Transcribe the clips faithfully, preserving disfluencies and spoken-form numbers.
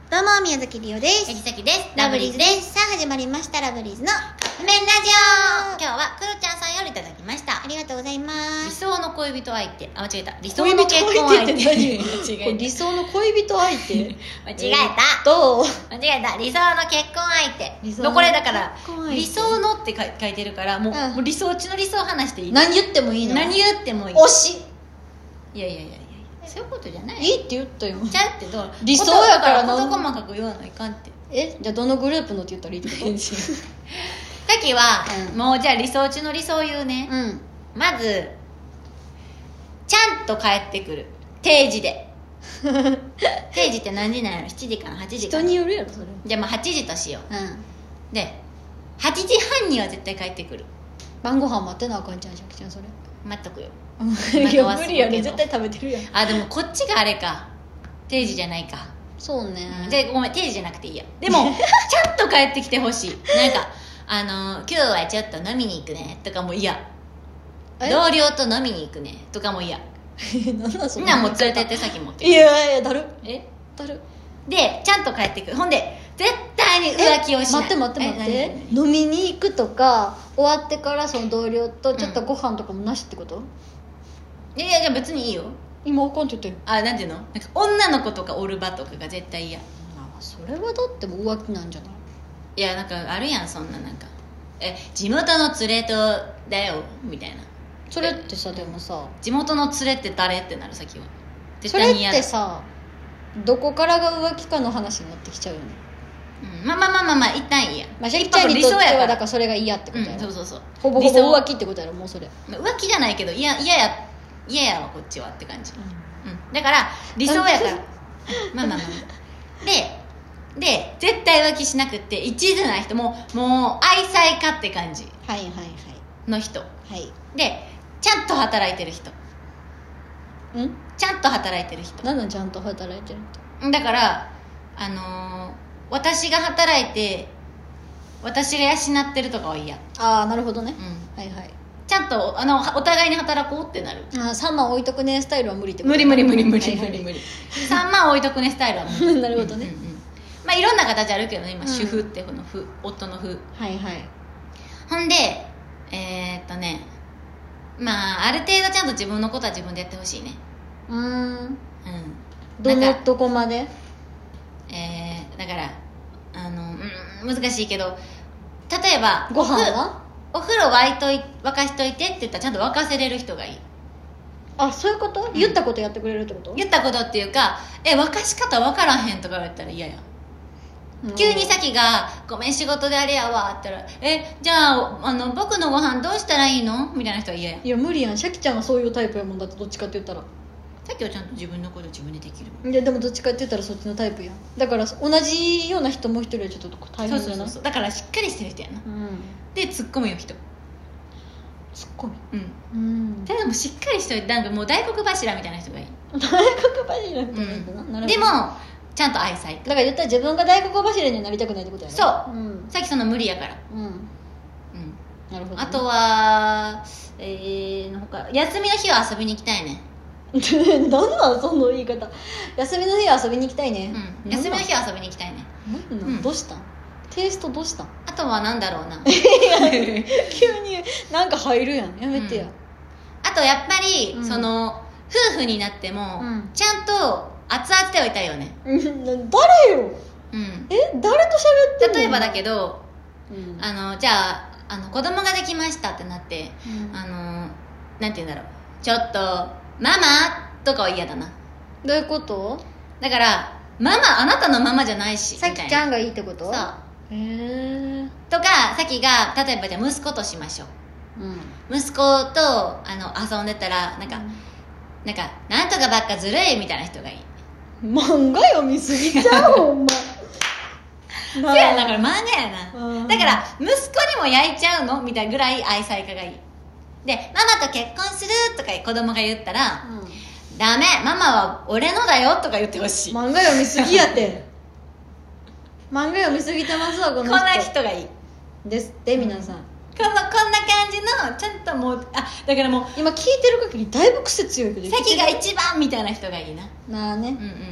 どうも、宮崎りおです。 杉崎です。 ラブリーズです。さあ、始まりました、ラブリーズのカップ麺ラジオ。 今日はクロちゃんさんよりいただきました。 ありがとうございま理す。 想の恋人相手、あ、間違えた。理想の結婚相手。 恋人相手って何？理想の恋人相手間違えた。 どう？ 間違えた。理想の結婚相手。 理想のこれだから結婚相手理想のって書い書いてるからもう、 うんもう理想中の理想を話していい。 何言ってもいいの？ 何言ってもいい。 推しいやいやいやいやそういうことじゃない。 いいって言ったよ。 ちゃうってどう？ 理想やからな。 事細かく言わないかんって。 え、じゃあどのグループのって言ったらいいってこと？ さっきは、 うんもうじゃあ理想中の理想を言うね。 うんまずちゃんと帰ってくる定時で定時って何時なの？しちじかなはちじかな。 人によるやろそれ。 じゃあまあはちじとしようんう。ではちじはんには絶対帰ってくる。 晩ご飯待ってなあかんちゃんしゃきちゃんそれ。 待っとくよ。 いや無理やね絶対食べてるやん。 あでもこっちがあれか定時じゃないか。 そうね。 じゃあごめん定時じゃなくていいや。でもちゃんと帰ってきてほしい。なんかあのー今日はちょっと飲みに行くねとかも嫌。 え同僚と飲みに行くねとかも嫌。 なんだそみんれ。 なもう連れてって先持っていやいやだるえだる。 でちゃんと帰ってくる。ほんで絶対に浮気をしない。 待って待って待ってえ何飲みに行くとか終わってからその同僚とちょっとご飯とかもなしってこと？ いやいやじゃあ別にいいよ。 今あかんって言ってる。 あなんていうのなんか女の子とかおる場とかが絶対嫌。 あそれはだってもう浮気なんじゃない？ いやなんかあるやんそんななんかえ地元の連れとだよみたいな。 それってさでもさ地元の連れって誰ってなる先は絶それっ対に嫌だ。 てさどこからが浮気かの話になってきちゃうよね。 うん、まあまあまあまあまあ一旦いいや。 まあシャキちゃんにとって一泊理想やからはだからそれが嫌ってことやろ、 うん、そうそうそうほぼほ理想ぼ浮気ってことやろもうそれ。 浮気じゃないけど嫌嫌や嫌やわこっちはって感じ、うん、だから理想やからまあまあまあでで絶対浮気しなくって一途な人ももう愛妻家って感じはいはいはいの人はいでちゃんと働いてる人んちゃんと働いてる人なんなんちゃんと働いてるってだからあのー、私が働いて私が養ってるとかは嫌、 ああなるほどね、 うん、 はいはいちゃんとあのお互いに働こうってなる。 ああさんまん置いとくねスタイルは無理ってこと無理無理無理無理はいはい無理無理さんまん置いとくねスタイルは無理なるほどね、 うんうんうんまあいろんな形あるけどね今、 うん主婦ってこの夫夫の夫はいはいほんでえー、っとねまあある程度ちゃんと自分のことは自分でやってほしいね。 うーんうんどなんかのどこまでえー、だからあの、うん、難しいけど例えばご飯おふはお風呂沸いとい沸かしといてって言ったらちゃんと沸かせれる人がいい。 あそういうこと、言ったことやってくれるってこと？ 言ったことっていうかえ沸かし方分からへんとか言われたら嫌や。 うん急にさきが「ごめん仕事であれやわ」って言ったら「えじゃああの僕のご飯どうしたらいいの?」みたいな人は嫌や。 いや無理やんシャキちゃんはそういうタイプやもんだってどっちかって言ったら。 さっきはちゃんと自分のこと自分でできるもん。 いやでもどっちかって言ったらそっちのタイプやんだから同じような人もう一人はちょっと大変だよな。 そうそうそうそうだからしっかりしてる人やな。 うんでツッコミよ人。 ツッコミうんうんただもうしっかりしといてなんかもう大黒柱みたいな人がいい。 大黒柱みたいな人な、なるほどでもちゃんと愛妻家。 だから言ったら自分が大黒柱になりたくないってことやね。 そううんさっきその無理やから。 うんうんなるほど、ね、 あとはえー、のほか休みの日は遊びに行きたいね。 なんなんその言い方。休みの日は遊びに行きたいね、 うん休みの日は遊びに行きたいね。 なんなん、 うんどうしたんテイストどうしたんあとはなんだろうな急になんか入るやんやめてや、 あとやっぱり、 うんその夫婦になっても、 うんちゃんと熱々ではいたいよね。 うん誰ようんえ誰と喋ってんの例えばだけどうんあのじゃああの子供ができましたってなって、 うんあのなんて言うんだろうちょっとママとかは嫌だな。 どういうことだからママあなたのママじゃないしさきちゃんがいいってことそうへえとかさきが例えばじゃあ息子としましょう。 うん息子とあの遊んでたらなんか、なんかなんとかばっかずるいみたいな人がいい。 漫画読みすぎちゃうほんまそうやだから漫画やな、 うんだから息子にも焼いちゃうのみたいなぐらい愛妻家がいい。でママと結婚するとか子供が言ったら、 うんダメママは俺のだよとか言ってほしい。 漫画読みすぎやて漫画読みすぎてますわこの人こんな人がいい。 ですって皆さん、 このこんな感じのちゃんともうあだからもう今聞いてる限りだいぶ癖強いけどさきが一番みたいな人がいいな。 なあねうんうん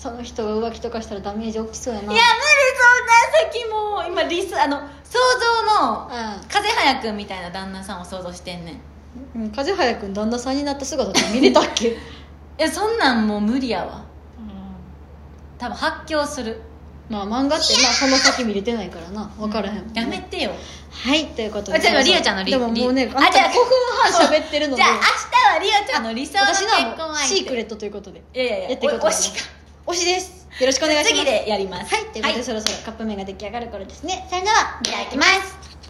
その人が浮気とかしたらダメージ大きそうやないや無理、そんな先もう今リスあの想像のうん風早くんみたいな旦那さんを想像してんねん。 うん、風早くん旦那さんになった姿って見れたっけいやそんなんもう無理やわ。多分発狂する。 まあ漫画ってまあその先見れてないからな分からへん、 やめてよ。 はいということであじゃあリオちゃんのリでももうねリあんたあじゃあごふんはん喋ってるのでじゃあ明日はリオちゃんの理想の私結のはもう婚相手。 シークレットということでいやいやいややっていこうと思いますお推しか推しですよろしくお願いします次でやります。 はいということで、そろそろカップ麺が出来上がる頃ですね。 それではいただきます。